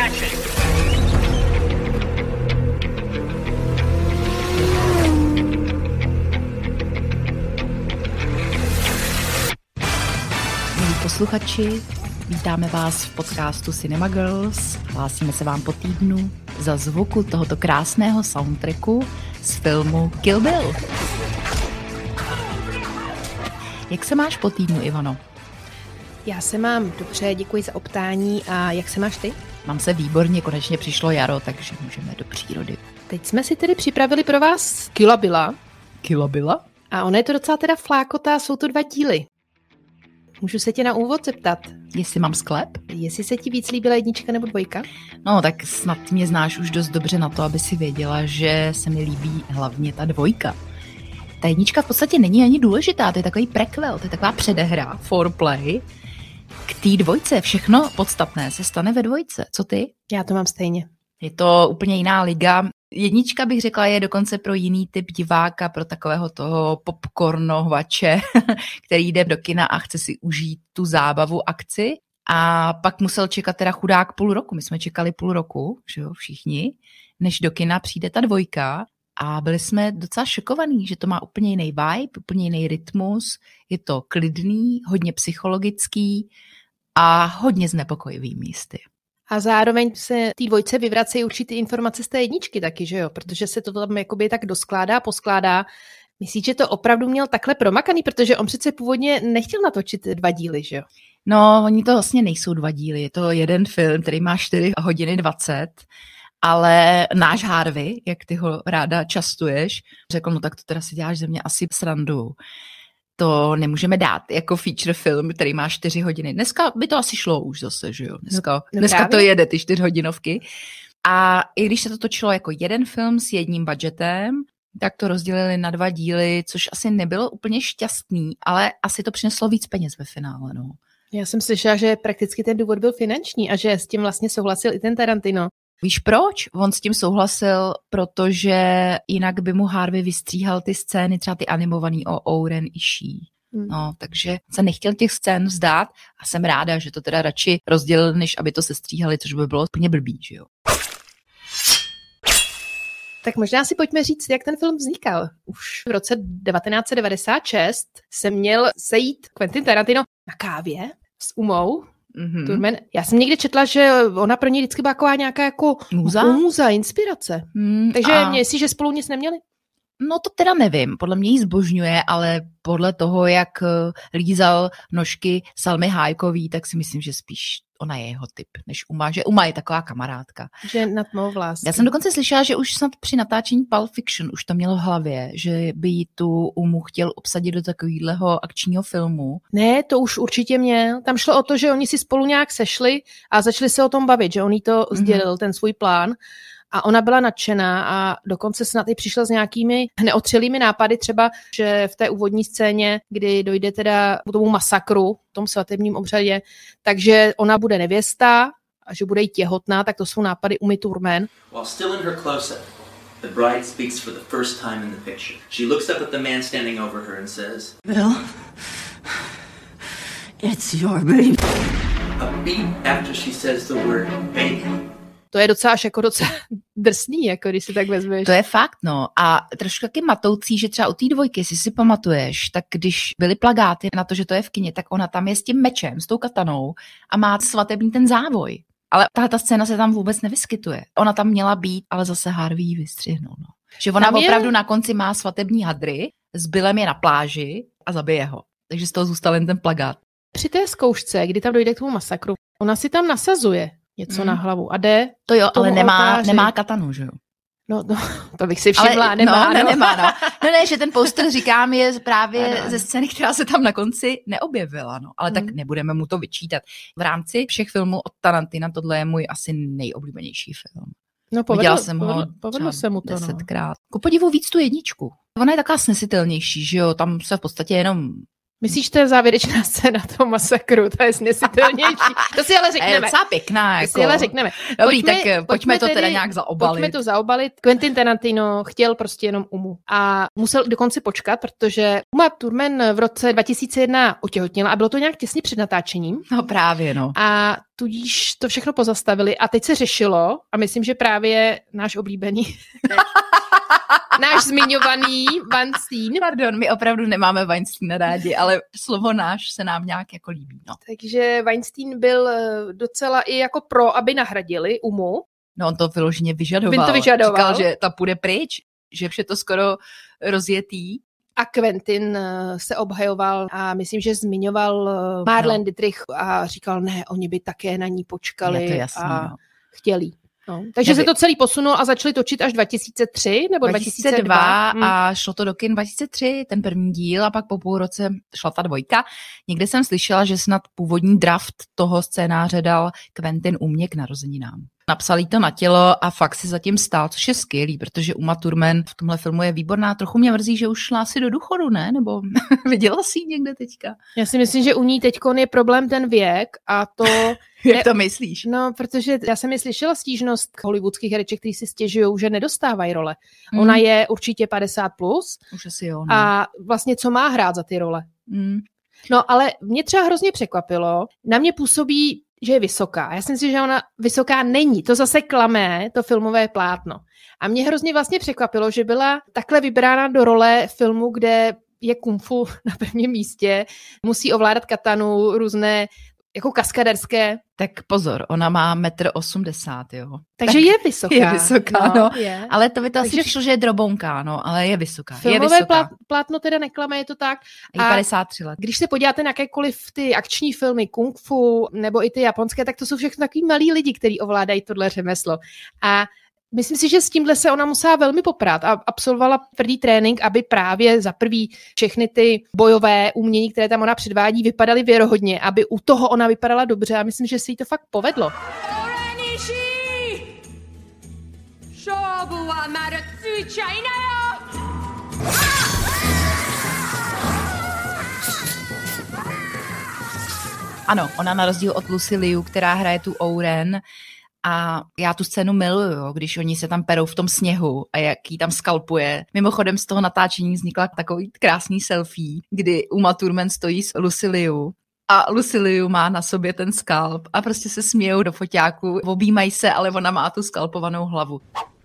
action. Milí posluchači, vítáme vás v podcastu Cinema Girls. Hlásíme se vám po týdnu za zvuku tohoto krásného soundtracku z filmu Kill Bill. Jak se máš po týdnu, Ivano? Já se mám dobře, děkuji za optání. A jak se máš ty? Mám se výborně, konečně přišlo jaro, takže můžeme do přírody. Teď jsme si tedy připravili pro vás Killa Billa. Killa Billa? A ono je to docela teda flákota, jsou to 2 díly. Můžu se tě na úvod zeptat? Jestli mám sklep? Jestli se ti víc líbila 1 nebo 2? No, tak snad mě znáš už dost dobře na to, aby si věděla, že se mi líbí hlavně ta 2. Ta 1 v podstatě není ani důležitá, to je takový prequel, to je taková předehra, foreplay. K té 2 všechno podstatné se stane ve 2. Co ty? Já to mám stejně. Je to úplně jiná liga. 1 bych řekla je dokonce pro jiný typ diváka, pro takového toho popcornovače, který jde do kina a chce si užít tu zábavu, akci. A pak musel čekat teda chudák půl roku. My jsme čekali půl roku, že jo, všichni, než do kina přijde ta 2. A byli jsme docela šokovaní, že to má úplně jiný vibe, úplně jiný rytmus. Je to klidný, hodně psychologický a hodně znepokojivý místy. A zároveň se té 2 vyvracejí určitý informace z té 1 taky, že jo? Protože se to tam jakoby tak doskládá, poskládá. Myslíš, že to opravdu měl takhle promakaný? Protože on přece původně nechtěl natočit 2 díly, že jo? No, oni to vlastně nejsou 2 díly. Je to jeden film, který má 4 hodiny 20, ale náš Harvey, jak ty ho ráda častuješ, řekl, no tak to teda si děláš ze mě asi srandu. To nemůžeme dát jako feature film, který má 4 hodiny. Dneska by to asi šlo už zase, že jo? Dneska to jede, ty 4hodinovky. A i když se to točilo jako jeden film s jedním budgetem, tak to rozdělili na 2 díly, což asi nebylo úplně šťastný, ale asi to přineslo víc peněz ve finále, no. Já jsem slyšela, že prakticky ten důvod byl finanční a že s tím vlastně souhlasil i ten Tarantino. Víš proč? On s tím souhlasil, protože jinak by mu Harvey vystříhal ty scény, třeba ty animovaný o Oren i She. No, takže se nechtěl těch scén vzdát a jsem ráda, že to teda radši rozdělil, než aby to sestříhali, což by bylo úplně blbý, že jo. Tak možná si pojďme říct, jak ten film vznikal. Už v roce 1996 se měl sejít Quentin Tarantino na kávě s Umou Thurman. Já jsem někde četla, že ona pro ní vždycky byla taková nějaká jako můza, inspirace. Takže myslíš, že spolu nic neměli? No to teda nevím, podle mě jí zbožňuje, ale podle toho, jak lízal nožky Salmy Hayekové, tak si myslím, že spíš ona je jeho typ, než Uma, že Uma je taková kamarádka. Že na tmou vlastně. Já jsem dokonce slyšela, že už snad při natáčení Pulp Fiction už to mělo v hlavě, že by jí tu Umu chtěl obsadit do takového akčního filmu. Ne, to už určitě měl. Tam šlo o to, že oni si spolu nějak sešli a začali se o tom bavit, že on jí to sdělil, ten svůj plán. A ona byla nadšená a dokonce snad i přišla s nějakými neotřelými nápady, třeba, že v té úvodní scéně, kdy dojde teda k tomu masakru, v tom svatebním obřadě, takže ona bude nevěsta a že bude jí těhotná, tak to jsou nápady Umy Thurman. While still in her close-up, the bride speaks for the first time in the picture. She looks up at the man standing over her and says, Bill, it's your baby. A beat after she says the word baby. To je docela drsný, jako když si tak vezmeš. To je fakt, no. A trošku taky matoucí, že třeba u té 2, jestli si pamatuješ, tak když byly plakáty na to, že to je v kině, tak ona tam je s tím mečem, s tou katanou a má svatební ten závoj. Ale ta scéna se tam vůbec nevyskytuje. Ona tam měla být, ale zase Harvey ji vystřihnul, no. Že ona opravdu na konci má svatební hadry, s Billem je na pláži a zabije ho. Takže z toho zůstal jen ten plakát. Při té zkoušce, kdy tam dojde k tomu masakru, ona si tam nasazuje něco na hlavu a jde. To jo, ale nemá katanu, že jo? No, to bych si všimla, ale, nemá. Nemá, no. No ne, že ten poster, říkám, je právě ze scény, která se tam na konci neobjevila, no. Ale tak nebudeme mu to vyčítat. V rámci všech filmů od Tarantina tohle je můj asi nejoblíbenější film. No, viděla jsem ho povedlo se mu to 10krát. Ku podivu víc tu 1. Ona je taková snesitelnější, že jo, tam se v podstatě jenom Myslíš, to je závěrečná scéna toho masakru, to je snesitelnější. To si ale řekneme. Je docela pěkná. To si ale řekneme. Dobrý, pojďme to teda nějak zaobalit. Pojďme to zaobalit. Quentin Tarantino chtěl prostě jenom Umu. A musel dokonce počkat, protože Uma Thurman v roce 2001 otěhotněla a bylo to nějak těsně před natáčením. No právě, no. A tudíž to všechno pozastavili a teď se řešilo, a myslím, že právě náš oblíbený, náš zmiňovaný Weinstein. Pardon, my opravdu nemáme Weinsteina rádi, ale slovo náš se nám nějak jako líbí. No. Takže Weinstein byl docela i jako pro, aby nahradili Umu. No on to vyloženě vyžadoval. Říkal, že ta půjde pryč, že vše to skoro rozjetý. A Quentin se obhajoval a myslím, že zmiňoval Marlene Dietrich a říkal, ne, oni by také na ní počkali jasný, a chtěli. No. Takže se to celý posunulo a začali točit až 2003 nebo 2002 a šlo to do kin 2003, ten první díl a pak po půl roce šla ta dvojka. Někde jsem slyšela, že snad původní draft toho scénáře dal Quentin Umě k narozeninám. Napsal jí to na tělo a fakt si zatím stál, což je skvělý, protože Uma Thurman v tomhle filmu je výborná. Trochu mě mrzí, že už šla asi do důchodu, ne? Nebo viděla jsi ji někde teďka? Já si myslím, že u ní teďkon je problém ten věk a to... Jak to myslíš? No, protože já jsem slyšela stížnost hollywoodských hereček, kteří si stěžují, že nedostávají role. Ona je určitě 50+. Už asi jo. No. A vlastně co má hrát za ty role? No, ale mě třeba hrozně překvapilo. Na mě působí, že je vysoká. Já si myslím, že ona vysoká není. To zase klame, to filmové plátno. A mě hrozně vlastně překvapilo, že byla takhle vybrána do role filmu, kde je kung fu na prvním místě, musí ovládat katanu, různé jako kaskaderské. Tak pozor, ona má 1,80 m, jo. Takže tak je vysoká. Je vysoká, no. Je. Ale to by to asi přišlo, že je drobounká, no, ale je vysoká. Filmové plátno teda neklame, je to tak. A 53 let. Když se podíváte na jakékoliv ty akční filmy, kung fu, nebo i ty japonské, tak to jsou všechno takový malí lidi, kteří ovládají tohle řemeslo. A myslím si, že s tímhle se ona musela velmi poprat a absolvovala tvrdý trénink, aby právě za prvý všechny ty bojové umění, které tam ona předvádí, vypadaly věrohodně, aby u toho ona vypadala dobře a myslím, že se jí to fakt povedlo. Ano, ona na rozdíl od Lucy Liu, která hraje tu Oren, a já tu scénu miluju, když oni se tam perou v tom sněhu a jak jí tam skalpuje. Mimochodem z toho natáčení vznikla takový krásný selfie, kdy Uma Thurman stojí s Lucy Liu a Lucy Liu má na sobě ten skalp a prostě se smějou do foťáku, objímají se, ale ona má tu skalpovanou hlavu.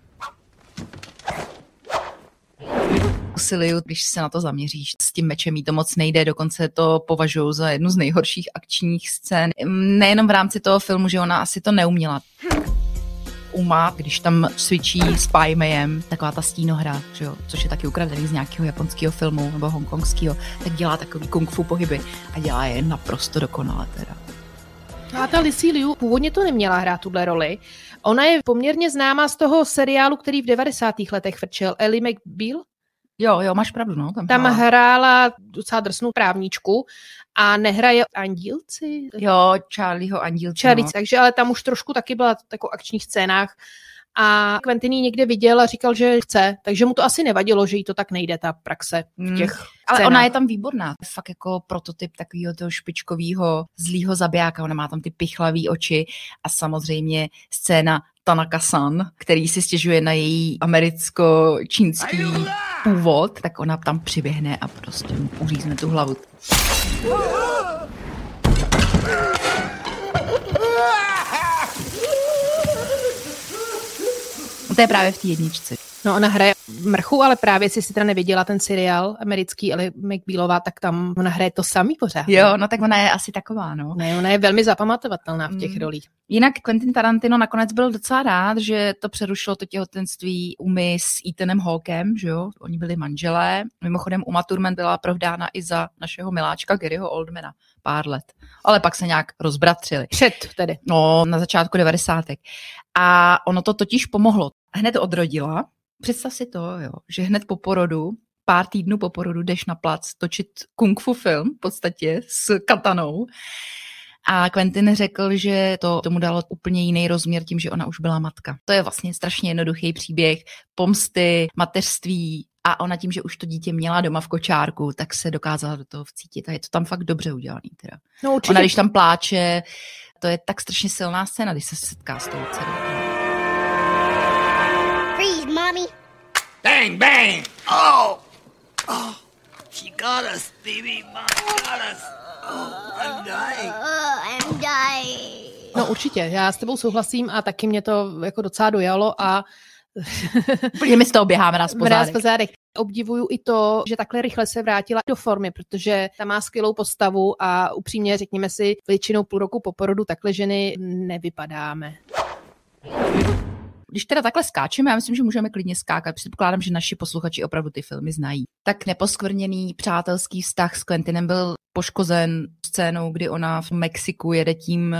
Lucy Liu, když se na to zaměříš, s tím mečem jí to moc nejde, dokonce to považuji za jednu z nejhorších akčních scén. Nejenom v rámci toho filmu, že ona asi to neuměla. Uma, když tam cvičí s Pai Meiem, taková ta stínohra, že jo, což je taky ukradený z nějakého japonského filmu nebo hongkongského, tak dělá takový kung fu pohyby a dělá je naprosto dokonale teda. A ta Lucy Liu původně to neměla hrát tuhle roli. Ona je poměrně známá z toho seriálu, který v 90. letech frčel, Ellie McBeal. Jo, máš pravdu, no. Tam hrála docela drsnou právničku a nehraje Andílci. Jo, Charlieho Andílci. No. Takže ale tam už trošku taky byla v takových akčních scénách a Quentin ji někde viděl a říkal, že chce, takže mu to asi nevadilo, že jí to tak nejde, ta praxe v těch scénách. Ale ona je tam výborná, fakt jako prototyp takového toho špičkového zlýho zabijáka, ona má tam ty pichlavý oči a samozřejmě scéna Tanaka-san, který si stěžuje na její americko-čínský původ, tak ona tam přiběhne a prostě mu uřízne tu hlavu. To je právě v té jedničce. No ona hraje mrchu, ale právě si teda neviděla ten seriál americký, ale McBealová, tak tam ona hraje to samý pořád. Jo, no tak ona je asi taková, no. Ne, ona je velmi zapamatovatelná v těch rolích. Jinak Quentin Tarantino nakonec byl docela rád, že to přerušilo to těhotenství Umy s Ethanem Hawkem, že jo, oni byli manželé. Mimochodem Uma Thurman byla provdána i za našeho miláčka Garyho Oldmana pár let, ale pak se nějak rozbratřili. Před tedy. No, na začátku 90. A ono to totiž pomohlo. Hned odrodila. Představ si to, jo, že hned po porodu, pár týdnů po porodu jdeš na plac točit kung fu film v podstatě s katanou. A Quentin řekl, že to tomu dalo úplně jiný rozměr tím, že ona už byla matka. To je vlastně strašně jednoduchý příběh pomsty, mateřství A ona tím, že už to dítě měla doma v kočárku, tak se dokázala do toho vcítit. A je to tam fakt dobře udělaný. Teda. No, určitě. Ona, když tam pláče, to je tak strašně silná scéna, když se setká s tou dcerou. Freeze, mommy. Bang, bang! Oh! Oh! She got us, baby. Mom got us. Oh, I'm dying. I'm dying. No určitě, já s tebou souhlasím a taky mě to jako docela dojalo a Protože my z toho běháme ráz po zádech. Obdivuju i to, že takhle rychle se vrátila do formy, protože ta má skvělou postavu a upřímně řekněme si, většinou půl roku po porodu takhle ženy nevypadáme. Když teda takhle skáčeme, já myslím, že můžeme klidně skákat, předpokládám, že naši posluchači opravdu ty filmy znají. Tak neposkvrněný přátelský vztah s Quentinem byl poškozen scénou, kdy ona v Mexiku jede tím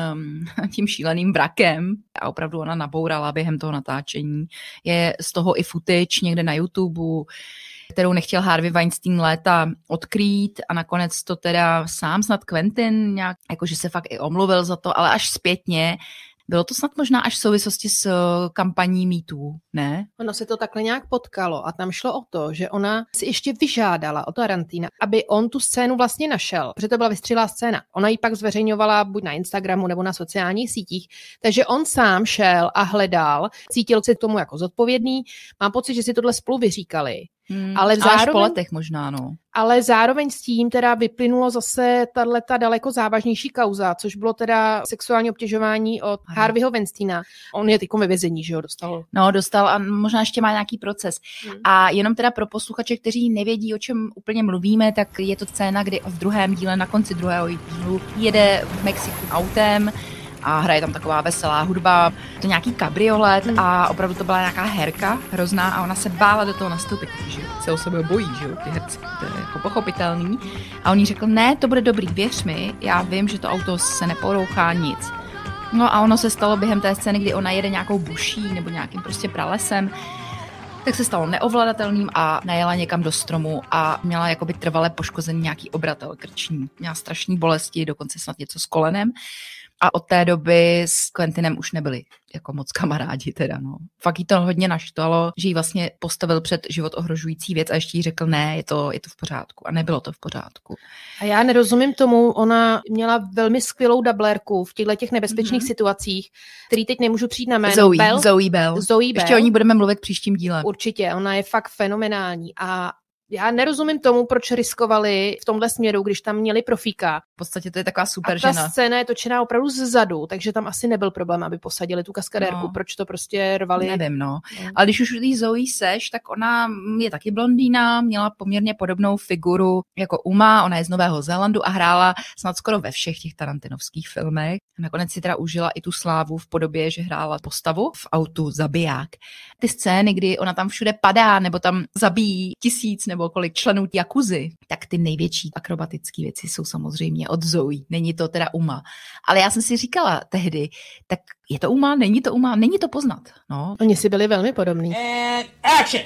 šíleným vrakem a opravdu ona nabourala během toho natáčení. Je z toho i footage někde na YouTube, kterou nechtěl Harvey Weinstein léta odkrýt a nakonec to teda sám snad Quentin nějak, jakože se fakt i omluvil za to, ale až zpětně. Bylo to snad možná až v souvislosti s kampaní MeToo, ne? Ono se to takhle nějak potkalo a tam šlo o to, že ona si ještě vyžádala od Tarantina, aby on tu scénu vlastně našel, protože to byla vystřelá scéna. Ona ji pak zveřejňovala buď na Instagramu nebo na sociálních sítích, takže on sám šel a hledal, cítil se k tomu jako zodpovědný. Mám pocit, že si tohle spolu vyříkali. Ale zároveň, po letech možná, no. Ale zároveň s tím teda vyplynulo zase tato daleko závažnější kauza, což bylo teda sexuální obtěžování od Harveyho Weinsteina. On je teďko ve vězení, že jo, dostal. No, dostal a možná ještě má nějaký proces. A jenom teda pro posluchače, kteří nevědí, o čem úplně mluvíme, tak je to scéna, kdy v druhém díle, na konci druhého dílu, jede v Mexiku autem a hraje tam taková veselá hudba, to nějaký kabriolet a opravdu to byla nějaká herka hrozná a ona se bála do toho nastoupit, protože se o sebe bojí, že jo, ty herci, to je jako pochopitelný. A on jí řekl, ne, to bude dobrý, věř mi, já vím, že to auto se neporouchá nic. No a ono se stalo během té scény, kdy ona jede nějakou buší nebo nějakým prostě pralesem, tak se stalo neovladatelným a najela někam do stromu a měla jakoby trvale poškozený nějaký obratel krční. Měla strašné bolesti, dokonce snad něco s kolenem. A od té doby s Quentinem už nebyli jako moc kamarádi teda, no. Fakt jí to hodně naštvalo, že jí vlastně postavil před život ohrožující věc a ještě jí řekl, ne, je to v pořádku. A nebylo to v pořádku. A já nerozumím tomu, ona měla velmi skvělou dublérku v těchto nebezpečných situacích, který teď nemůžu přijít na jméno. Zoe Bell. Ještě o ní budeme mluvit příštím díle. Určitě, ona je fakt fenomenální a já nerozumím tomu, proč riskovali v tomhle směru, když tam měli profíka. V podstatě to je taková super žena. A žena. Ta scéna je točená opravdu zezadu, takže tam asi nebyl problém, aby posadili tu kaskadérku. No. Proč to prostě rvali? Nevím, no. Ale když už u Zoe seš, tak ona je taky blondýna, měla poměrně podobnou figuru jako Uma, ona je z Nového Zélandu a hrála snad skoro ve všech těch tarantinovských filmech. Nakonec si teda užila i tu slávu v podobě, že hrála postavu v autu Zabiják. Ty scény, kdy ona tam všude padá, nebo tam zabíjí 1000 nebo kolik členů Jakuzy, tak ty největší akrobatické věci jsou samozřejmě od Zoe. Není to teda Uma. Ale já jsem si říkala tehdy, tak je to Uma, není to Uma, není to poznat. No. Oni si byli velmi podobní. And action!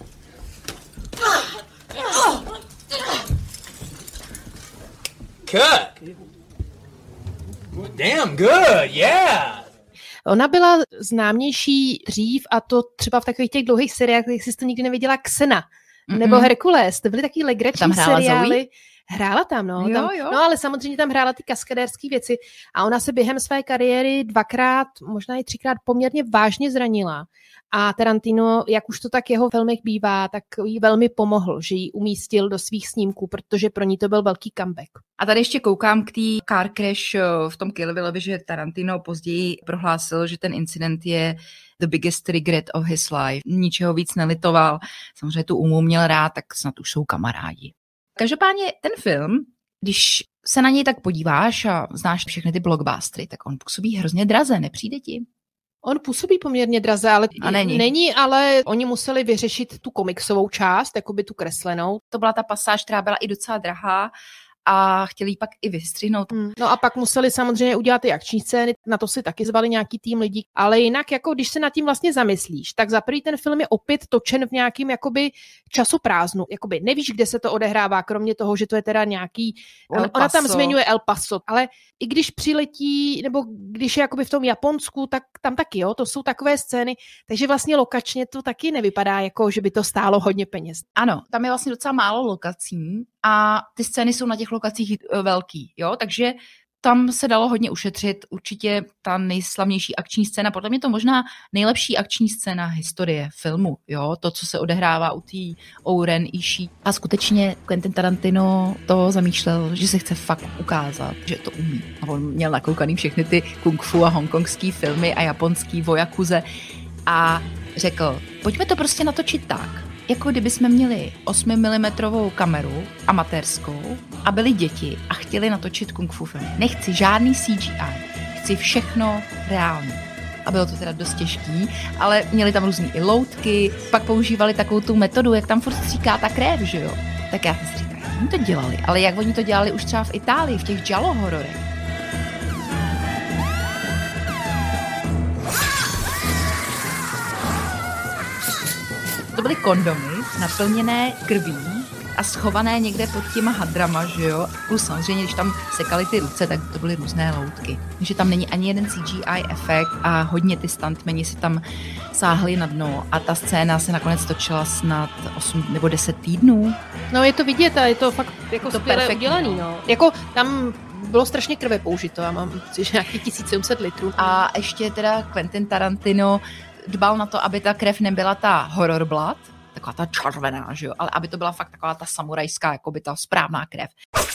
Cut! Damn good, yeah! Ona byla známější dřív a to třeba v takových těch dlouhých seriálech, jak jsi to nikdy neviděla, Xena nebo Herkules, to byly taky legrační seriály. Zoe? Hrála tam, no. Jo. No, ale samozřejmě tam hrála ty kaskadérské věci a ona se během své kariéry 2krát, možná i 3krát poměrně vážně zranila. A Tarantino, jak už to tak jeho filmech bývá, tak jí velmi pomohl, že ji umístil do svých snímků, protože pro ní to byl velký comeback. A tady ještě koukám k té car crash v tom Kill Billovi, že Tarantino později prohlásil, že ten incident je the biggest regret of his life. Ničeho víc nelitoval. Samozřejmě tu Umu měl rád, tak snad už jsou kamarádi. Každopádně ten film, když se na něj tak podíváš a znáš všechny ty blockbustery, tak on působí hrozně draze, nepřijde ti? On působí poměrně draze, ale není, ale oni museli vyřešit tu komiksovou část, jakoby tu kreslenou. To byla ta pasáž, která byla i docela drahá a chtěli ji pak i vystřihnout. No a pak museli samozřejmě udělat ty akční scény, na to si taky zvali nějaký tým lidí, ale jinak jako když se nad tím vlastně zamyslíš, tak za prvý ten film je opět točen v nějakým jakoby časoprázdnu, jakoby nevíš, kde se to odehrává, kromě toho, že to je teda nějaký, ona tam zmiňuje El Paso, ale i když přiletí, nebo když je jakoby v tom Japonsku, tak tam taky, jo, to jsou takové scény, takže vlastně lokačně to taky nevypadá jako, že by to stálo hodně peněz. Ano, tam je vlastně docela málo lokací a ty scény jsou na těch lokacích velký, jo, takže tam se dalo hodně ušetřit, určitě ta nejslavnější akční scéna, podle mě to možná nejlepší akční scéna historie filmu, jo, to, co se odehrává u té Oren Ishii. A skutečně Quentin Tarantino to zamýšlel, že se chce fakt ukázat, že to umí. A on měl nakoukaný všechny ty kung fu a hongkongský filmy a japonský o jakuze a řekl, pojďme to prostě natočit tak, jako kdyby jsme měli 8mm kameru, amatérskou, a byli děti a chtěli natočit kung fu film. Nechci žádný CGI, chci všechno reálně. A bylo to teda dost těžký, ale měli tam různý i loutky, pak používali takovou tu metodu, jak tam furt stříká ta krev, že jo? Tak já jsem si říkala, jak oni to dělali, ale jak oni to dělali už třeba v Itálii, v těch giallo hororech. To byly kondomy naplněné krví a schované někde pod těma hadrama, že jo? Plus samozřejmě, když tam sekaly ty ruce, tak to byly různé loutky. Takže tam není ani jeden CGI efekt a hodně ty stuntmeni si tam sáhli na dno a ta scéna se nakonec točila snad 8 nebo 10 týdnů. No je to vidět a je to fakt jako to skvěle udělaný, no. Jako tam bylo strašně krve použito, já mám nějaký 1700 litrů. A ještě teda Quentin Tarantino dbal na to, aby ta krev nebyla ta horror blood, taková ta červená, že jo, ale aby to byla fakt taková ta samurajská, jako by ta správná krev.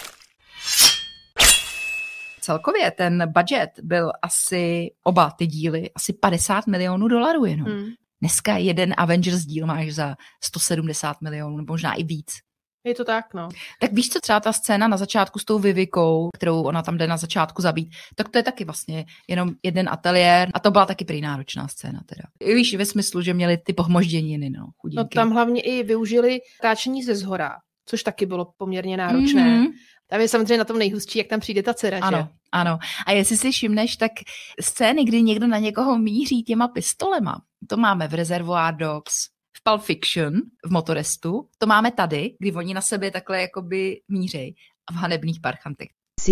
Celkově ten budget byl asi, oba ty díly, asi $50 milionů jenom. Dneska jeden Avengers díl máš za 170 milionů, nebo možná i víc. Je to tak, no. Tak víš co, třeba ta scéna na začátku s tou Vivikou, kterou ona tam jde na začátku zabít, tak to je taky vlastně jenom jeden ateliér a to byla taky prý náročná scéna teda. Víš, ve smyslu, že měli ty pohmožděniny, no, chudinky. No tam hlavně i využili táčení ze zhora, což taky bylo poměrně náročné. Mm-hmm. Tam je samozřejmě na tom nejhustší, jak tam přijde ta dcera, ano, že? Ano. A jestli si všimneš, tak scény, kdy někdo na někoho míří těma pistolema, to máme v Reservoir Dogs, v Pulp Fiction, v Motorestu, to máme tady, kdy oni na sebe takhle jakoby mířej a v Hanebných parchantech.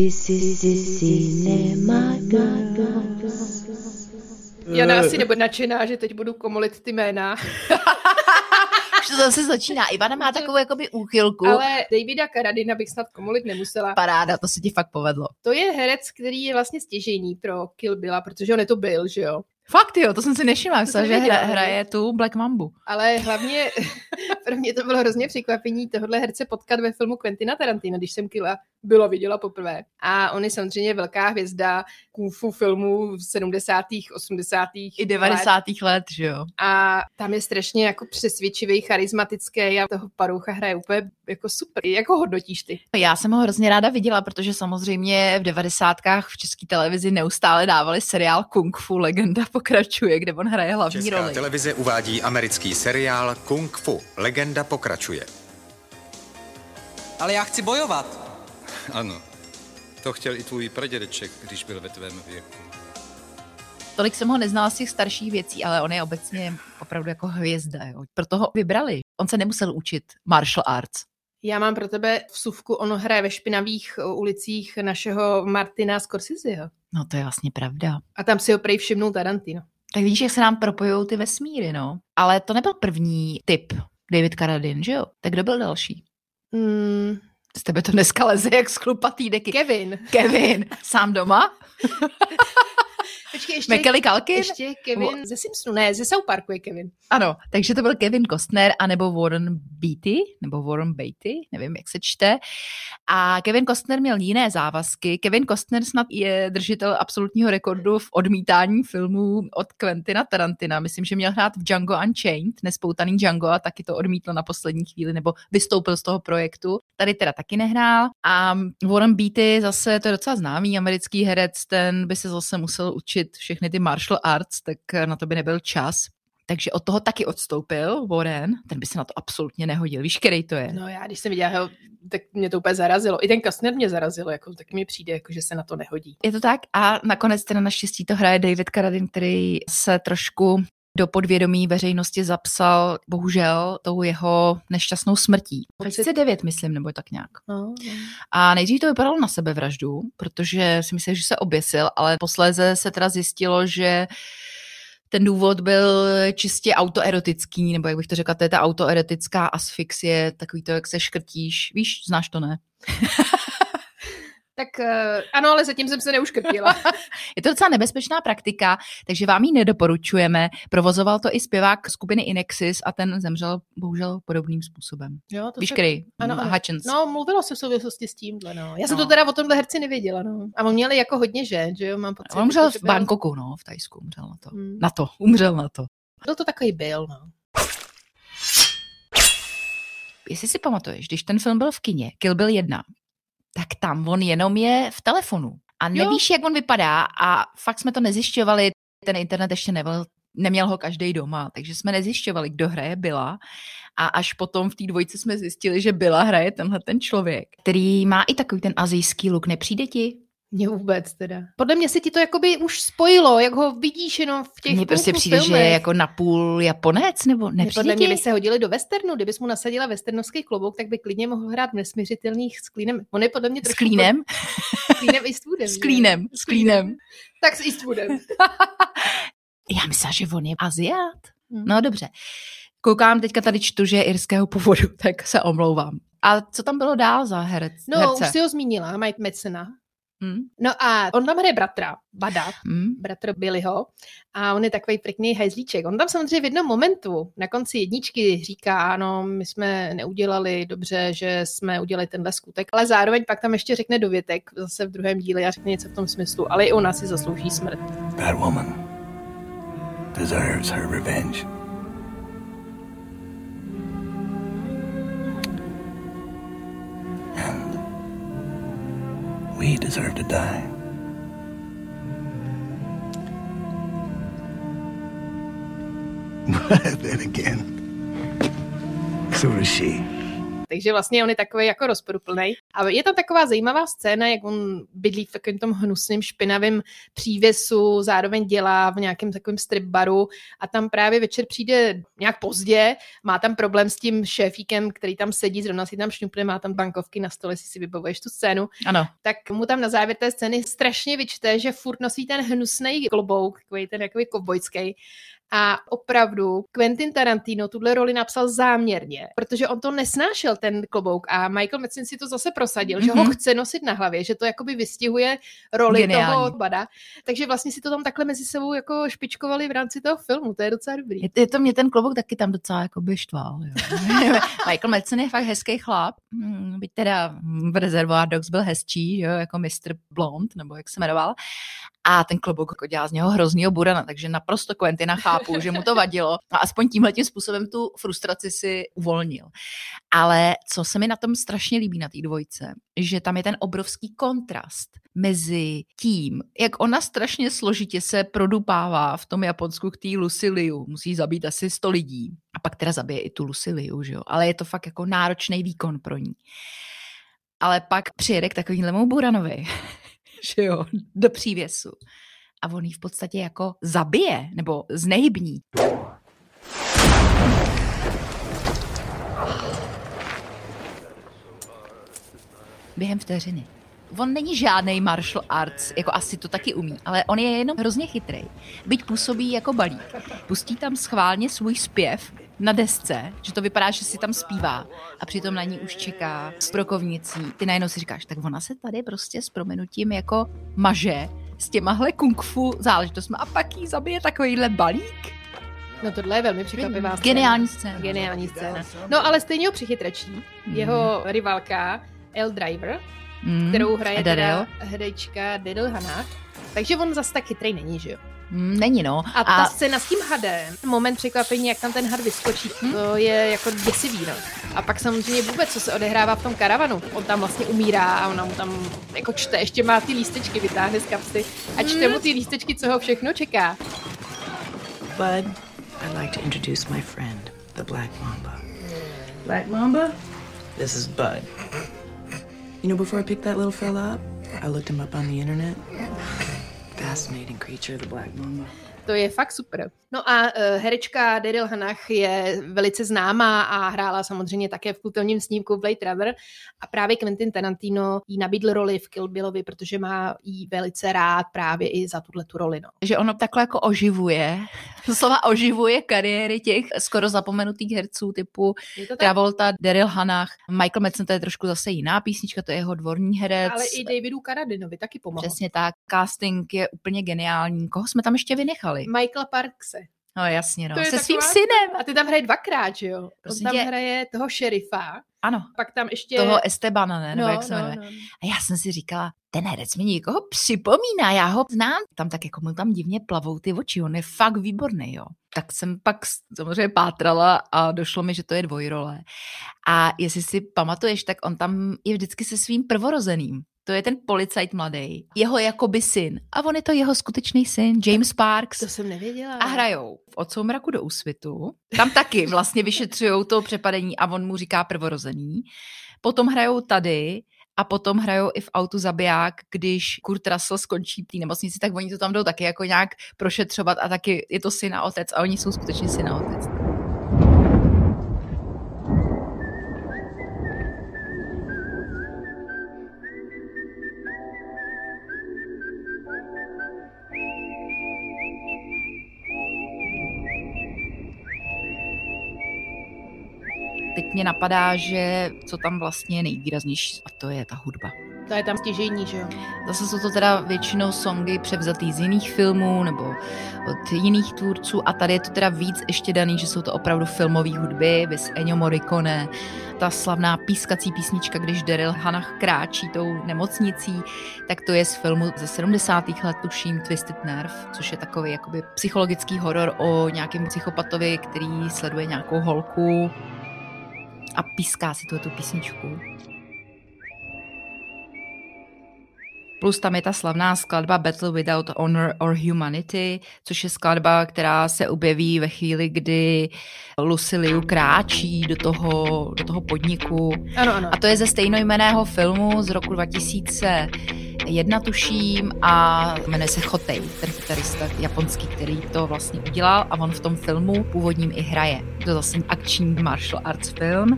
Jana asi nebude nadšená, že teď budu komolit ty jména. Už to zase začíná. Ivana má takovou jakoby úchylku. Ale Davida Carradina bych snad komolit nemusela. Paráda, to se ti fakt povedlo. To je herec, který je vlastně stěžejný pro Kill Billa, protože on je to byl, že jo? Fakt jo, to jsem si nevšimla, myslím, že hraje tu Black Mambu. Ale hlavně pro mě to bylo hrozně překvapení tohohle herce potkat ve filmu Quentina Tarantina, když jsem Killa Billa viděla poprvé. A on je samozřejmě velká hvězda kung fu filmů v 70., 80. i 90. let, že jo. A tam je strašně jako přesvědčivý, charismatický a toho Paroucha hraje úplně jako super. Jak ho hodnotíš ty? Já jsem ho hrozně ráda viděla, protože samozřejmě v 90. v české televizi neustále dávali seriál Kung Fu Legenda pokračuje, kde on hraje hlavní Česká roli. televize uvádí americký seriál Kung Fu Legenda pokračuje. Ale já chci bojovat. Ano, to chtěl i tvůj pradědeček, když byl ve tvém věku. Tolik jsem ho neznala z těch starších věcí, ale on je obecně opravdu jako hvězda. Jo. Proto ho vybrali. On se nemusel učit martial arts. Já mám pro tebe vsuvku, on hraje ve špinavých ulicích našeho Martina Scorseseho. No to je vlastně pravda. A tam si ho prej všimnul Tarantino. Tak vidíš, jak se nám propojou ty vesmíry, no. Ale to nebyl první typ David Carradine, že jo? Tak kdo byl další? Z tebe to dneska leze jak z chlupatý deky. Kevin. Sám doma? Počkej, ještě Macaulay Culkin? Ještě Kevin ze Simpsonu, ne, ze South Parku je Kevin. Ano, takže to byl Kevin Costner anebo Warren Beatty, nevím, jak se čte. A Kevin Costner měl jiné závazky. Kevin Costner snad je držitel absolutního rekordu v odmítání filmů od Quentina Tarantina. Myslím, že měl hrát v Django Unchained, nespoutaný Django, a taky to odmítl na poslední chvíli, nebo vystoupil z toho projektu. Tady teda taky nehrál. A Warren Beatty zase, to je docela známý americký herec, ten by se zase musel učit všechny ty martial arts, tak na to by nebyl čas. Takže od toho taky odstoupil Warren, ten by se na to absolutně nehodil. Víš, který to je? No já, když jsem viděla, tak mě to úplně zarazilo. I ten Costner mě zarazil, jako, tak mi přijde, jako, že se na to nehodí. Je to tak a nakonec teda naštěstí to hraje David Carradine, který se trošku do podvědomí veřejnosti zapsal, bohužel, tou jeho nešťastnou smrtí. 2009, myslím, nebo tak nějak. No. A nejdřív to vypadalo na sebevraždu, protože si myslím, že se oběsil, ale posléze se teda zjistilo, že ten důvod byl čistě autoerotický, nebo jak bych to řekla, to je ta autoerotická asfixie, takový to, jak se škrtíš. Víš, znáš to, ne? Tak ano, ale zatím jsem se neuškrtila. Je to docela nebezpečná praktika, takže vám ji nedoporučujeme. Provozoval to i zpěvák skupiny Inexis a ten zemřel bohužel podobným způsobem. Jo, to víš, který? Ano. Hutchins. No, mluvilo se v souvislosti s tímhle, no. Já jsem to teda o tomhle herci nevěděla, no. A on měli jako hodně žen, že jo, mám pocit. On umřel v Bangkoku, no, v Thajsku, umřel na to. Umřel na to. Byl to takový byl, no. Jestli si pamatuješ, když ten film byl v kině, Kill Bill 1, tak tam on jenom je v telefonu. A nevíš, jak on vypadá a fakt jsme to nezjišťovali, ten internet ještě neměl ho každý doma, takže jsme nezjišťovali, kdo hraje Billa. A až potom v té dvojce jsme zjistili, že Billa hraje tenhle ten člověk, který má i takový ten asijský look. Nepřijde ti? Mně vůbec teda. Podle mě se ti to jakoby už spojilo, jak ho vidíš jenom v těch Mně prostě přijde, filmech. že je jako napůl Japonec, nebo nepřijde podle mě ti? by se hodili do westernu, kdybys mu nasadila westernovský klobouk, tak by klidně mohl hrát v Nesměřitelných s Klínem. On je podle mě trošku... S Klínem? S Klínem Eastwoodem. S Klínem. Tak s Eastwoodem. Já myslím, že on je Aziat. No dobře. Koukám, teďka tady čtu, že je irského původu, tak se omlouvám. A co tam bylo dál za herce? No, už si ho zmínila, Mike Madisona. No a on tam hraje bratra, Bada, bratr Billyho, a on je takový pěkný hajzlíček. On tam samozřejmě v jednom momentu na konci jedničky říká, ano, my jsme neudělali dobře, že jsme udělali tenhle skutek, ale zároveň pak tam ještě řekne dovětek zase v druhém díle a řekne něco v tom smyslu, ale i ona si zaslouží smrt. That woman deserves her revenge. And we deserve to die. But then again, so does she. Takže vlastně on je takový jako rozporuplnej. A je tam taková zajímavá scéna, jak on bydlí v takovém tom hnusným, špinavém přívěsu, zároveň dělá v nějakém takovém strip baru a tam právě večer přijde nějak pozdě, má tam problém s tím šéfíkem, který tam sedí, zrovna si tam šňupne, má tam bankovky na stole, jestli si vybavuješ tu scénu. Ano. Tak mu tam na závěr té scény strašně vyčte, že furt nosí ten hnusnej klobouk, takový ten jakoby kovbojský. A opravdu Quentin Tarantino tuhle roli napsal záměrně, protože on to nesnášel, ten klobouk, a Michael Madsen si to zase prosadil, že ho chce nosit na hlavě, že to jakoby vystihuje roli Geniální. toho Bada. Takže vlastně si to tam takhle mezi sebou jako špičkovali v rámci toho filmu, to je docela dobrý. Je to mě ten klobouk taky tam docela jakoby štval. Jo. Michael Madsen je fakt hezký chlap, byť teda v Reservoir Dogs byl hezčí, jo, jako Mr. Blonde, nebo jak se jmenoval. A ten klobouk jako dělá z něho hroznýho burana, takže naprosto Quentina chápu, že mu to vadilo a aspoň tímhletím způsobem tu frustraci si uvolnil. Ale co se mi na tom strašně líbí na té dvojce, že tam je ten obrovský kontrast mezi tím, jak ona strašně složitě se produpává v tom Japonsku k té Lucy Liu. Musí zabít asi 100 lidí. A pak teda zabije i tu Lucy Liu, že jo? Ale je to fakt jako náročný výkon pro ní. Ale pak přijede k takovýhlemu buranovi, že jo, do přívěsu. A on jí v podstatě jako zabije, nebo znehybní. Během vteřiny. On není žádnej martial arts, jako asi to taky umí, ale on je jenom hrozně chytrý. Byť působí jako balík. Pustí tam schválně svůj zpěv na desce, že to vypadá, že si tam zpívá a přitom na ní už čeká s brokovnicí. Ty najednou si říkáš, tak ona se tady prostě s prominutím jako maže s těmahle kung fu záležitostmi a pak jí zabije takovýhle balík. No tohle je velmi překvapivá scéna. Geniální scéna. Geniální scéna. No ale stejně ho přichytračí. Jeho rivalka El Driver, kterou hraje teda herečka Daryl Hannah. Takže on zas tak chytrý není, že jo? Není, no. A ta scéna s tím hadem, moment překvapení, jak tam ten had vyskočí, to je jako děsivý, no. A pak samozřejmě vůbec, co se odehrává v tom karavanu. On tam vlastně umírá a ona mu tam jako čte, ještě má ty lístečky, vytáhne z kapsy a čte mu ty lístečky, co ho všechno čeká. Bud, I'd like to introduce my friend, the Black Mamba. Black Mamba? This is Bud. You know, before I picked that little fella up, I looked him up on the internet. Fascinating creature, the Black Mamba. To je fakt super. No a herečka Daryl Hannah je velice známá a hrála samozřejmě také v kultovním snímku Blade Runner a právě Quentin Tarantino jí nabídl roli v Kill Billovi, protože má jí velice rád právě i za tuhletu roli. No. Že ono takhle jako oživuje kariéry těch skoro zapomenutých herců typu Travolta, Daryl Hannah, Michael Madsen, to je trošku zase jiná písnička, to je jeho dvorní herec. Ale i Davidu Carradinovi taky pomohl. Přesně tak, casting je úplně geniální. Koho jsme tam ještě vynechali? Michaela Parkse. No jasně, no. Se taková... svým synem. A ty tam hraje dvakrát, že jo? Prosím On tam hraje toho šerifa. Ano. Pak tam ještě... Toho Estebana, ne? Nebo jak se jmenuje. No. A já jsem si říkala, ten herec mi někoho připomíná, já ho znám. Tam tak jako mu tam divně plavou ty oči, on je fakt výborný, jo. Tak jsem pak samozřejmě pátrala a došlo mi, že to je dvojrole. A jestli si pamatuješ, tak on tam je vždycky se svým prvorozeným. To je ten policajt mladý, jeho jakoby syn. A on je to jeho skutečný syn, James Parks. To jsem nevěděla. A hrajou v Od soumraku do úsvitu. Tam taky vlastně vyšetřujou to přepadení a on mu říká prvorozený. Potom hrajou tady a potom hrajou i v Autu zabiják, když Kurt Russell skončí v té nemocnici, tak oni to tam jdou taky jako nějak prošetřovat a taky je to syn a otec a oni jsou skutečně syn a otec. Teď mě napadá, že co tam vlastně je nejvýraznější, a to je ta hudba. To je tam stěžejní, že jo? Zase jsou to teda většinou songy převzatý z jiných filmů nebo od jiných tvůrců a tady je to teda víc ještě daný, že jsou to opravdu filmové hudby, viz Ennio Morricone, ta slavná pískací písnička, když Daryl Hannah kráčí tou nemocnicí, tak to je z filmu ze 70. let, tuším Twisted Nerve, což je takový jakoby psychologický horor o nějakém psychopatovi, který sleduje nějakou holku a píská si tu písničku. Plus tam je ta slavná skladba Battle Without Honor or Humanity, což je skladba, která se objeví ve chvíli, kdy Lucy Liu kráčí do toho podniku. Ano. A to je ze stejnojmenného filmu z roku 2001, tuším, a jmenuje se Chotei, ten kytarista japonský, který to vlastně udělal a on v tom filmu původním i hraje. To je zase akční martial arts film.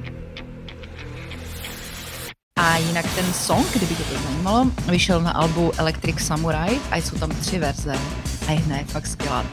A jinak ten song, kdyby tě to zajímalo, vyšel na albu Electric Samurai a jsou tam 3 verze a jedna je fakt skvělá.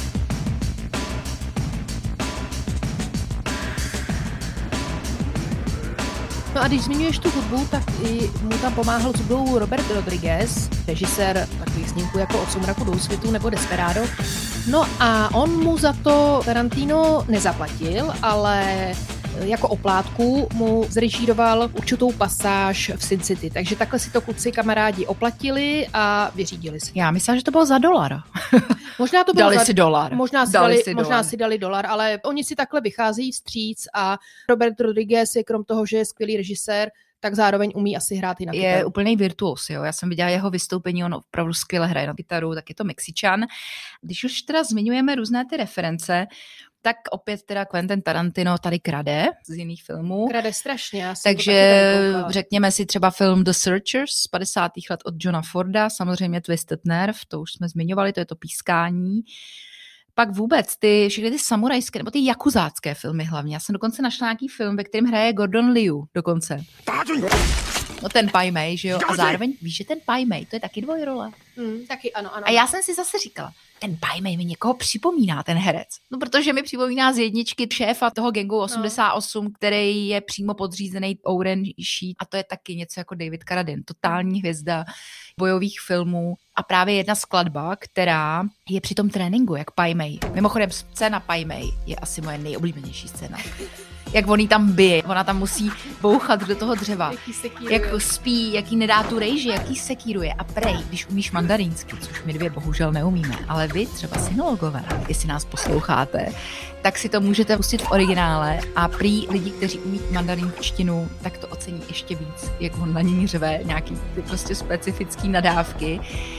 No a když zmiňuješ tu hudbu, tak i mu tam pomáhal s hudbou Robert Rodriguez, režisér takových snímků jako Od soumraku do úsvitu nebo Desperado. No a on mu za to Tarantino nezaplatil, ale jako oplátku mu zrežíroval určitou pasáž v Sin City. Takže takhle si to kluci kamarádi oplatili a vyřídili si. Já myslím, že to bylo za $1. Možná to bylo dali si $1. Možná si dali $1, ale oni si takhle vycházejí vstříc a Robert Rodriguez je krom toho, že je skvělý režisér, tak zároveň umí asi hrát i na kytaru. Je úplný virtuos, jo. Já jsem viděla jeho vystoupení, on opravdu skvěle hraje na kytaru, tak je to Mexičan. Když už teda zmiňujeme různé ty reference, tak opět teda Quentin Tarantino tady krade z jiných filmů. Krade strašně. Takže řekněme si třeba film The Searchers z 50. let od Johna Forda, samozřejmě Twisted Nerve, to už jsme zmiňovali, to je to pískání. Pak vůbec všechny ty samurajské nebo ty jakuzácké filmy hlavně. Já jsem dokonce našla nějaký film, ve kterém hraje Gordon Liu dokonce. No ten Pai Mei, že jo? A zároveň víš, že ten Pai Mei, to je taky dvojrole. Taky ano. A já jsem si zase říkala, ten Pai Mei mi někoho připomíná, ten herec. No protože mi připomíná z jedničky šéfa toho gangu 88, který je přímo podřízený Oren Ishii a to je taky něco jako David Carradine, totální hvězda bojových filmů a právě jedna skladba, která je při tom tréninku, jak Pai Mei. Mimochodem scéna Pai Mei je asi moje nejoblíbenější scéna. Jak on jí tam bije, ona tam musí bouchat do toho dřeva, jak spí, jaký nedá tu rejži, jaký sekíruje a prej, když umíš mandarínsky, což my 2 bohužel neumíme, ale vy třeba sinologové, jestli nás posloucháte, tak si to můžete pustit v originále a prý lidi, kteří umí mandarínštinu, tak to ocení ještě víc, jak on na ní řve nějaký ty prostě specifický nadávky.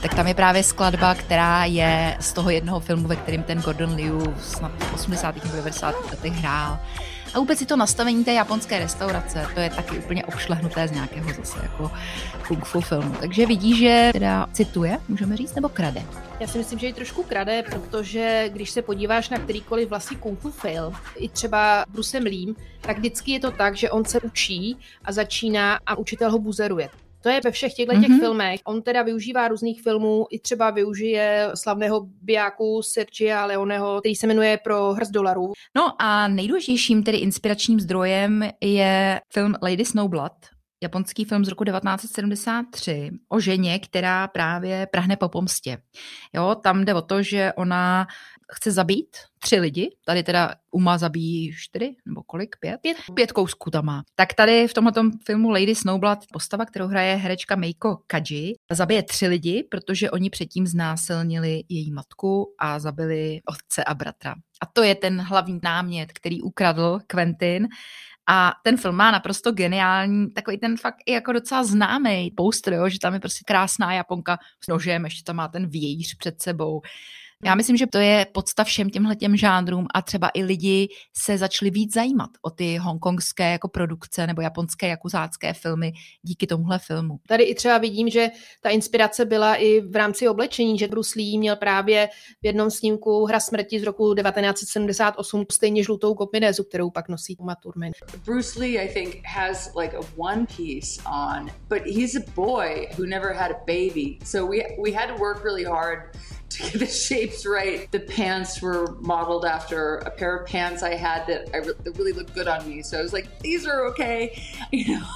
tak tam je právě skladba, která je z toho jednoho filmu, ve kterém ten Gordon Liu snad v 80. nebo 90. letech hrál. A vůbec si to nastavení té japonské restaurace, to je taky úplně obšlehnuté z nějakého zase jako kung fu filmu. Takže vidí, že teda cituje, můžeme říct, nebo krade. Já si myslím, že ji trošku krade, protože když se podíváš na kterýkoliv vlastně kung fu film, i třeba Bruce Lee, tak vždycky je to tak, že on se učí a začíná a učitel ho buzeruje. To je ve všech těchto těch filmech. On teda využívá různých filmů, i třeba využije slavného bijáku Sergia Leoneho, který se jmenuje Pro hrst dolarů. No a nejdůležitějším tedy inspiračním zdrojem je film Lady Snowblood, japonský film z roku 1973 o ženě, která právě prahne po pomstě. Jo, tam jde o to, že ona chce zabít 3 lidi, tady teda Uma zabíjí 4, nebo kolik? 5 kousků tam má. Tak tady v tomhletom filmu Lady Snowblood postava, kterou hraje herečka Meiko Kaji, zabije 3 lidi, protože oni předtím znásilnili její matku a zabili otce a bratra. A to je ten hlavní námět, který ukradl Quentin. A ten film má naprosto geniální, takový ten fakt i jako docela známý poster, jo, že tam je prostě krásná Japonka s nožem, ještě tam má ten vějíř před sebou. Já myslím, že to je podstav všem těmhletěm žánrům a třeba i lidi se začali víc zajímat o ty hongkongské jako produkce nebo japonské jakuzácké filmy díky tomuhle filmu. Tady i třeba vidím, že ta inspirace byla i v rámci oblečení, že Bruce Lee měl právě v jednom snímku Hra smrti z roku 1978 stejně žlutou kombinézu, kterou pak nosí Uma Thurman. Bruce Lee, I think, has like a one piece on, but he's a boy who never had a baby. So we had to work really hard to get the shapes right. The pants were modeled after a pair of pants I had that really looked good on me. So I was like, these are okay. You know,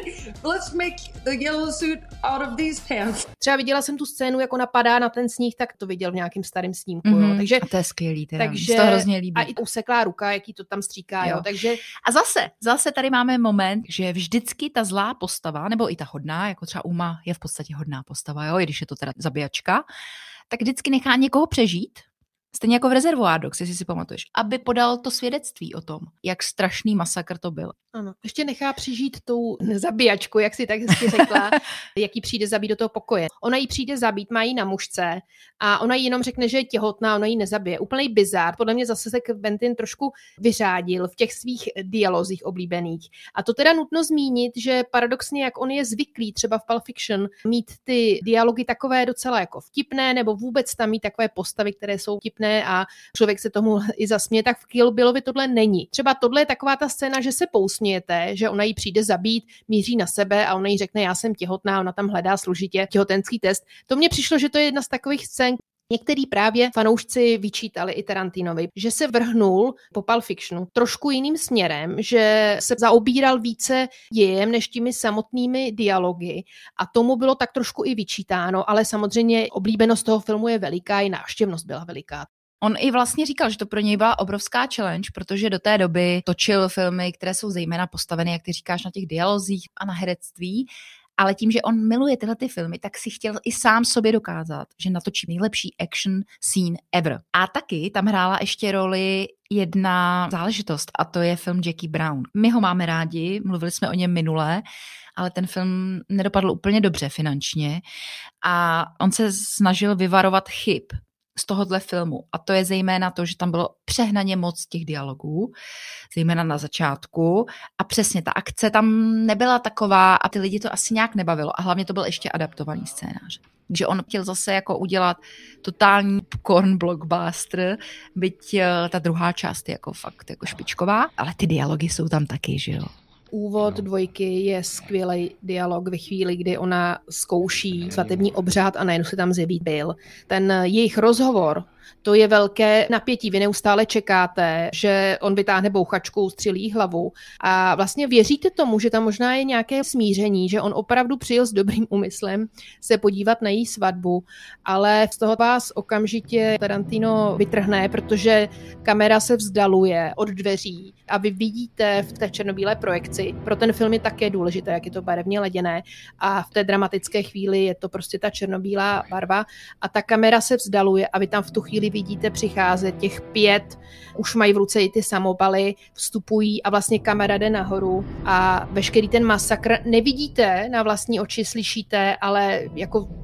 let's make the yellow suit out of these pants. Třeba viděla jsem tu scénu, jako napadá na ten sníh, tak to viděl v nějakém starém snímku. Jo. Takže, a to je skvělý, teda. Takže, to hrozně líbí. A i useklá ruka, jaký to tam stříká. Jo. Takže... A zase tady máme moment, že vždycky ta zlá postava, nebo i ta hodná, jako třeba Uma je v podstatě hodná postava, jo, i když je to teda zabijačka, tak vždycky nechá někoho přežít, stejně jako v Reservoir Dogs, jestli si pamatuješ, aby podal to svědectví o tom, jak strašný masakr to byl. Ano, ještě nechá přežít tu zabíjačku, jak si tak hezky řekla, jak jí přijde zabít do toho pokoje. Ona jí přijde zabít, má jí na mužce a ona jí jenom řekne, že je těhotná, ona jí nezabije. Úplnej bizár. Podle mě zase se Quentin trošku vyřádil v těch svých dialozích oblíbených. A to teda nutno zmínit, že paradoxně, jak on je zvyklý třeba v Pulp Fiction mít ty dialogy takové docela jako vtipné, nebo vůbec tam mít takové postavy, které jsou vtipné a člověk se tomu i zasměje, tak v Kill Billovi tohle není. Třeba tohle je taková ta scéna, že se pousmějete, že ona jí přijde zabít, míří na sebe a ona jí řekne, já jsem těhotná, ona tam hledá složitě těhotenský test. To mně přišlo, že to je jedna z takových scén, některý právě fanoušci vyčítali i Tarantinovi, že se vrhnul po Pulp Fictionu trošku jiným směrem, že se zaobíral více dějem než těmi samotnými dialogy a tomu bylo tak trošku i vyčítáno, ale samozřejmě oblíbenost toho filmu je veliká, i návštěvnost byla veliká. On i vlastně říkal, že to pro něj byla obrovská challenge, protože do té doby točil filmy, které jsou zejména postaveny, jak ty říkáš, na těch dialozích a na herectví, ale tím, že on miluje tyhle ty filmy, tak si chtěl i sám sobě dokázat, že natočí nejlepší action scene ever. A taky tam hrála ještě roli jedna záležitost a to je film Jackie Brown. My ho máme rádi, mluvili jsme o něm minule, ale ten film nedopadl úplně dobře finančně a on se snažil vyvarovat chyb z tohohle filmu. A to je zejména to, že tam bylo přehnaně moc těch dialogů, zejména na začátku. A přesně ta akce tam nebyla taková a ty lidi to asi nějak nebavilo. A hlavně to byl ještě adaptovaný scénář. Takže on chtěl zase jako udělat totální popcorn blockbuster, byť ta druhá část je jako fakt jako špičková, ale ty dialogy jsou tam taky, že jo. Úvod dvojky je skvělý dialog ve chvíli, kdy ona zkouší svatební obřád a najednou se tam zjeví Bill. Ten jejich rozhovor, to je velké napětí. Vy neustále čekáte, že on vytáhne bouchačku, střelí jí hlavu a vlastně věříte tomu, že tam možná je nějaké smíření, že on opravdu přijel s dobrým úmyslem se podívat na její svatbu, ale z toho vás okamžitě Tarantino vytrhne, protože kamera se vzdaluje od dveří a vy vidíte v té černobílé projekci. Pro ten film je také důležité, jak je to barevně leděné a v té dramatické chvíli je to prostě ta černobílá barva a ta kamera se vzdaluje a vy tam v tu chvíli vidíte přicházet těch 5, už mají v ruce i ty samopaly, vstupují a vlastně kamera jde nahoru a veškerý ten masakr nevidíte na vlastní oči, slyšíte, ale jako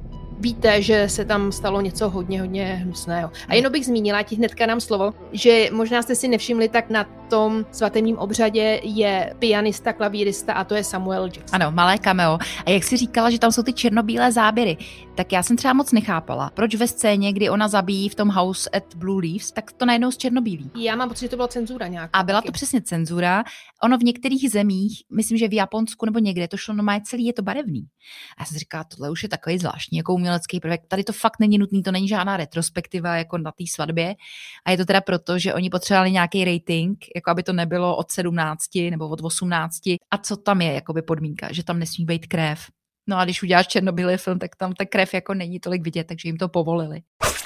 víte, že se tam stalo něco hodně hnusného. A jenom bych zmínila, ti hnedka dám slovo, že možná jste si nevšimli, tak na tom svatebním obřadě je pianista, klavírista a to je Samuel Jackson. Ano, malé cameo. A jak jsi říkala, že tam jsou ty černobílé záběry, tak já jsem třeba moc nechápala, proč ve scéně, kdy ona zabíjí v tom House at Blue Leaves, tak to najednou z černobílý. Já mám pocit, že to byla cenzura nějaká. A byla to přesně cenzura. Ono v některých zemích, myslím, že v Japonsku nebo někde, to šlo normálně celý, je to barevný. A já jsem říkala, tohle už je takový zvláštní, jako umělecký prvek. Tady to fakt není nutný, to není žádná retrospektiva jako na té svatbě. A je to teda proto, že oni potřebovali nějaký rating, jako aby to nebylo od 17 nebo od 18. A co tam je jakoby podmínka, že tam nesmí být krev. No a když uděláš černobílý film, tak tam ta krev jako není tolik vidět, takže jim to povolili.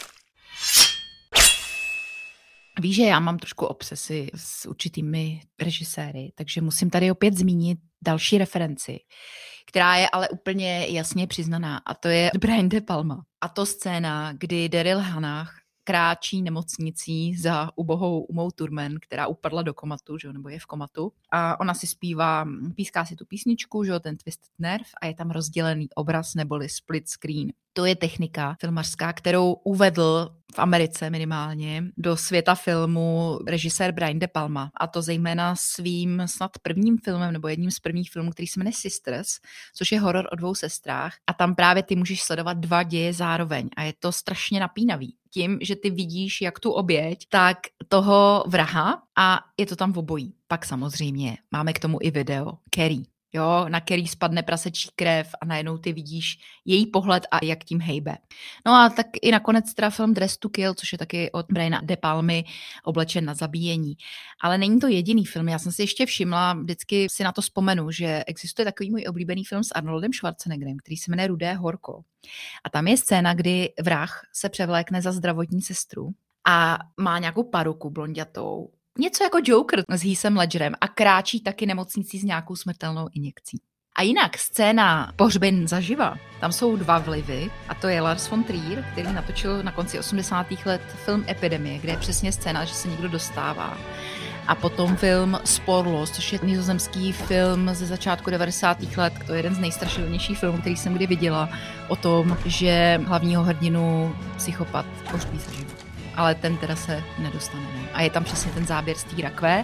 Víš, že já mám trošku obsesy s určitými režiséry, takže musím tady opět zmínit další referenci, která je ale úplně jasně přiznaná, a to je Brian De Palma. A to scéna, kdy Daryl Hannah kráčí nemocnicí za ubohou Umou Thurman, která upadla do komatu, že, nebo je v komatu. A ona si píská si tu písničku, že, ten Twisted Nerve, a je tam rozdělený obraz neboli split screen. To je technika filmařská, kterou uvedl v Americe minimálně do světa filmu režisér Brian De Palma. A to zejména svým snad prvním filmem, nebo jedním z prvních filmů, který se jmenuje Sisters, což je horor o dvou sestrách. A tam právě ty můžeš sledovat dva děje zároveň. A je to strašně napínavý. Tím, že ty vidíš jak tu oběť, tak toho vraha a je to tam v obojí. Pak samozřejmě máme k tomu i video Carrie. Jo, na Carrie spadne prasečí krev a najednou ty vidíš její pohled a jak tím hejbe. No a tak i nakonec teda film Dress to Kill, což je taky od Briana De Palmy, Oblečen na zabíjení. Ale není to jediný film, já jsem si ještě všimla, vždycky si na to vzpomenu, že existuje takový můj oblíbený film s Arnoldem Schwarzeneggerem, který se jmenuje Rudé horko. A tam je scéna, kdy vrah se převlékne za zdravotní sestru a má nějakou paruku blonďatou, něco jako Joker s Heathem Ledgerem a kráčí taky nemocnicí s nějakou smrtelnou injekcí. A jinak scéna Pohřben zaživa, tam jsou dva vlivy a to je Lars von Trier, který natočil na konci 80. let film Epidemie, kde je přesně scéna, že se někdo dostává. A potom film Sporlos, což je nizozemský film ze začátku 90. let, to je jeden z nejstrašidelnějších filmů, který jsem kdy viděla, o tom, že hlavního hrdinu psychopat pohřbí zaživa. Ale ten teda se nedostane. Ne? A je tam přesně ten záběr z té rakve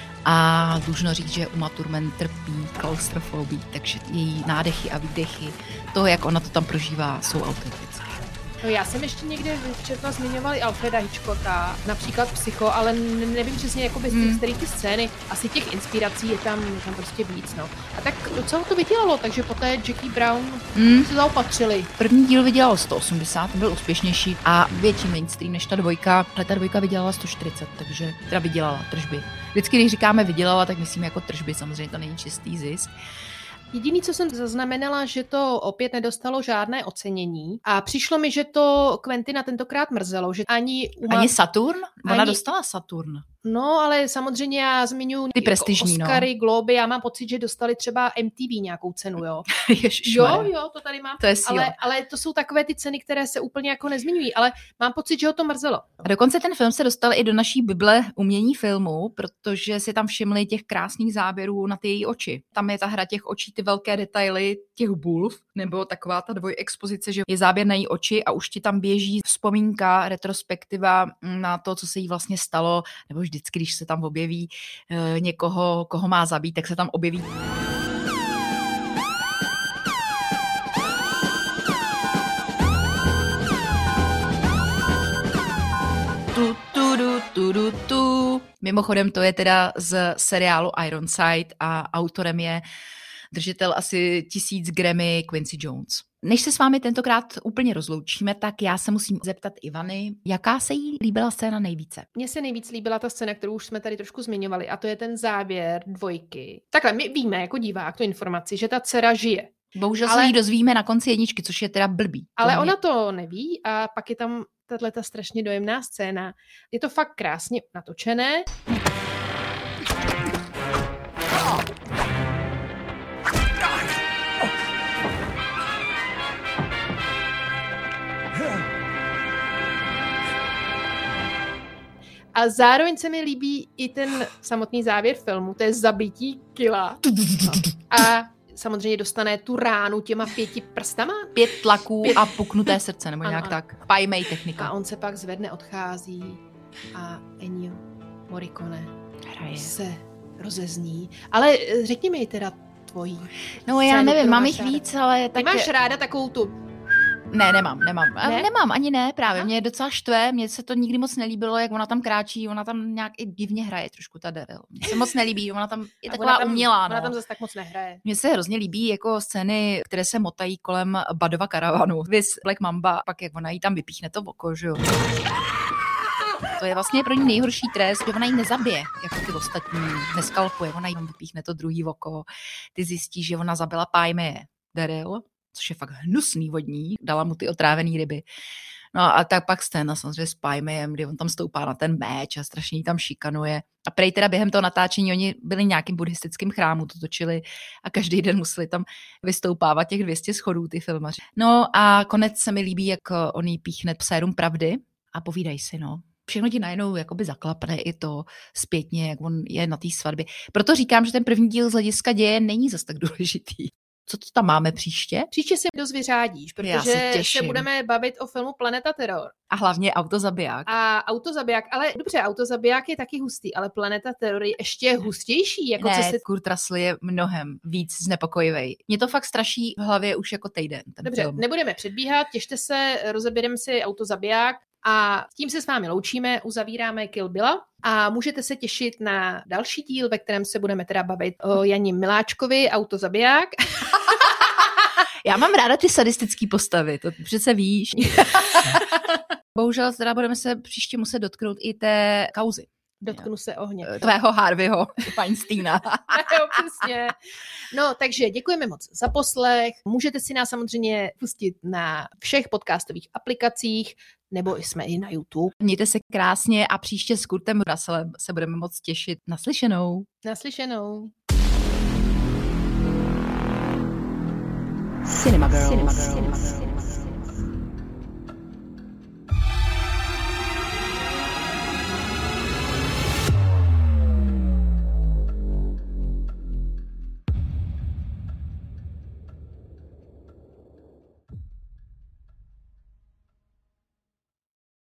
a dlužno říct, že Uma Thurman trpí klaustrofobii, takže její nádechy a výdechy, to, jak ona to tam prožívá, jsou autentické. No já jsem ještě někde četla, zmiňovali Alfreda Hitchcocka, například Psycho, ale nevím přesně jakoby z těch ty scény, asi těch inspirací je tam prostě víc, no. A tak docela to vydělalo, takže poté Jackie Brown se zaopatřili. První díl vydělalo 180, byl úspěšnější a větší mainstream než ta dvojka, ale ta dvojka vydělala 140, takže teda vydělala tržby. Vždycky, když říkáme vydělala, tak myslíme jako tržby, samozřejmě to není čistý zisk. Jediný, co jsem zaznamenala, že to opět nedostalo žádné ocenění a přišlo mi, že to Quentina tentokrát mrzelo, že ani Saturn? Ona dostala Saturn. No, ale samozřejmě já zmiňuji ty prestižní, Oscary, Globy, já mám pocit, že dostali třeba MTV nějakou cenu, jo. Jo, to tady mám. To je síla. Ale to jsou takové ty ceny, které se úplně jako nezmiňují, ale mám pocit, že ho to mrzelo. A dokonce ten film se dostal i do naší bible umění filmu, protože si tam všimli těch krásných záběrů na ty její oči. Tam je ta hra těch očí, ty velké detaily těch bulv, nebo taková ta dvojexpozice, že je záběr na její oči a už ti tam běží vzpomínka, retrospektiva na to, co se jí vlastně stalo, nebo vždycky, když se tam objeví někoho, koho má zabít, tak se tam objeví Mimochodem to je teda z seriálu Ironside a autorem je držitel asi 1000 Grammy Quincy Jones. Než se s vámi tentokrát úplně rozloučíme, tak já se musím zeptat Ivany, jaká se jí líbila scéna nejvíce? Mně se nejvíc líbila ta scéna, kterou už jsme tady trošku zmiňovali, a to je ten závěr dvojky. Takhle, my víme jako divák tu informaci, že ta dcera žije. Bohužel se jí dozvíme na konci jedničky, což je teda blbý. Ale ona to neví a pak je tam tato strašně dojemná scéna. Je to fakt krásně natočené. A zároveň se mi líbí i ten samotný závěr filmu, to je zabití Killa. A samozřejmě dostane tu ránu těma 5 prstama. 5 tlaků a puknuté srdce, nebo nějak tak. Paimei technika. A on se pak zvedne, odchází a Ennio Morricone se rozezní. Ale řekni mi teda tvojí. No já nevím, mám jich víc, ale tak... Ty máš ráda takovou tu... Ne, nemám. Ne? Nemám, ani ne, právě. Mě docela štve, mně se to nikdy moc nelíbilo, jak ona tam kráčí, ona tam nějak i divně hraje trošku ta Daryl. Mně se moc nelíbí, ona tam je taková umělá. Ona tam zase tak moc nehraje. Mně se hrozně líbí jako scény, které se motají kolem Badova karavanu. Vis Black Mamba, pak jak ona jí tam vypíchne to oko, že jo. To je vlastně pro ní nejhorší trest, že ona jí nezabije, jako ty ostatní, neskalpuje, ona jí tam vypíchne to druhý oko. Ty zjistíš, že ona zabila Paimeye, Daryl, což je fakt hnusný vodní, dala mu ty otrávený ryby. No a tak pak scéna samozřejmě s Paimeyem, kdy on tam stoupá na ten meč a strašně jí tam šikanuje. A prej teda během toho natáčení oni byli nějakým buddhistickým chrámu, to točili a každý den museli tam vystoupávat těch 200 schodů ty filmaři. No a konec se mi líbí, jak on jí píchne sérum pravdy a povídají si, no. Všechno ti najednou jakoby zaklapne i to zpětně, jak on je na té svatbě. Proto říkám, že ten první díl z hlediska děje není zas tak důležitý. Co to tam máme příště? Příště se dost vyřádíš, protože se budeme bavit o filmu Planeta Terror. A hlavně Autozabiják. A Autozabiják, ale dobře, Autozabiják je taky hustý, ale Planeta Terror je ještě hustější. Jako ne, Kurt Russell je mnohem víc znepokojivý. Mě to fakt straší v hlavě už jako týden. Dobře, film. Nebudeme předbíhat, těšte se, rozeběreme si Autozabiják. A tím se s vámi loučíme, uzavíráme Kill Billa a můžete se těšit na další díl, ve kterém se budeme teda bavit o Jani Miláčkovi, Autozabiják. Já mám ráda ty sadistické postavy, to přece víš. Bohužel teda budeme se příště muset dotknout i té kauzy. Dotknu se ohně. Tvého Harveyho Weinsteina. Jo, přesně. No, takže děkujeme moc za poslech. Můžete si nás samozřejmě pustit na všech podcastových aplikacích, nebo jsme i na YouTube. Mějte se krásně a příště s Kurtem Russellem se budeme moc těšit. Naslyšenou. Naslyšenou. Cinema Girls.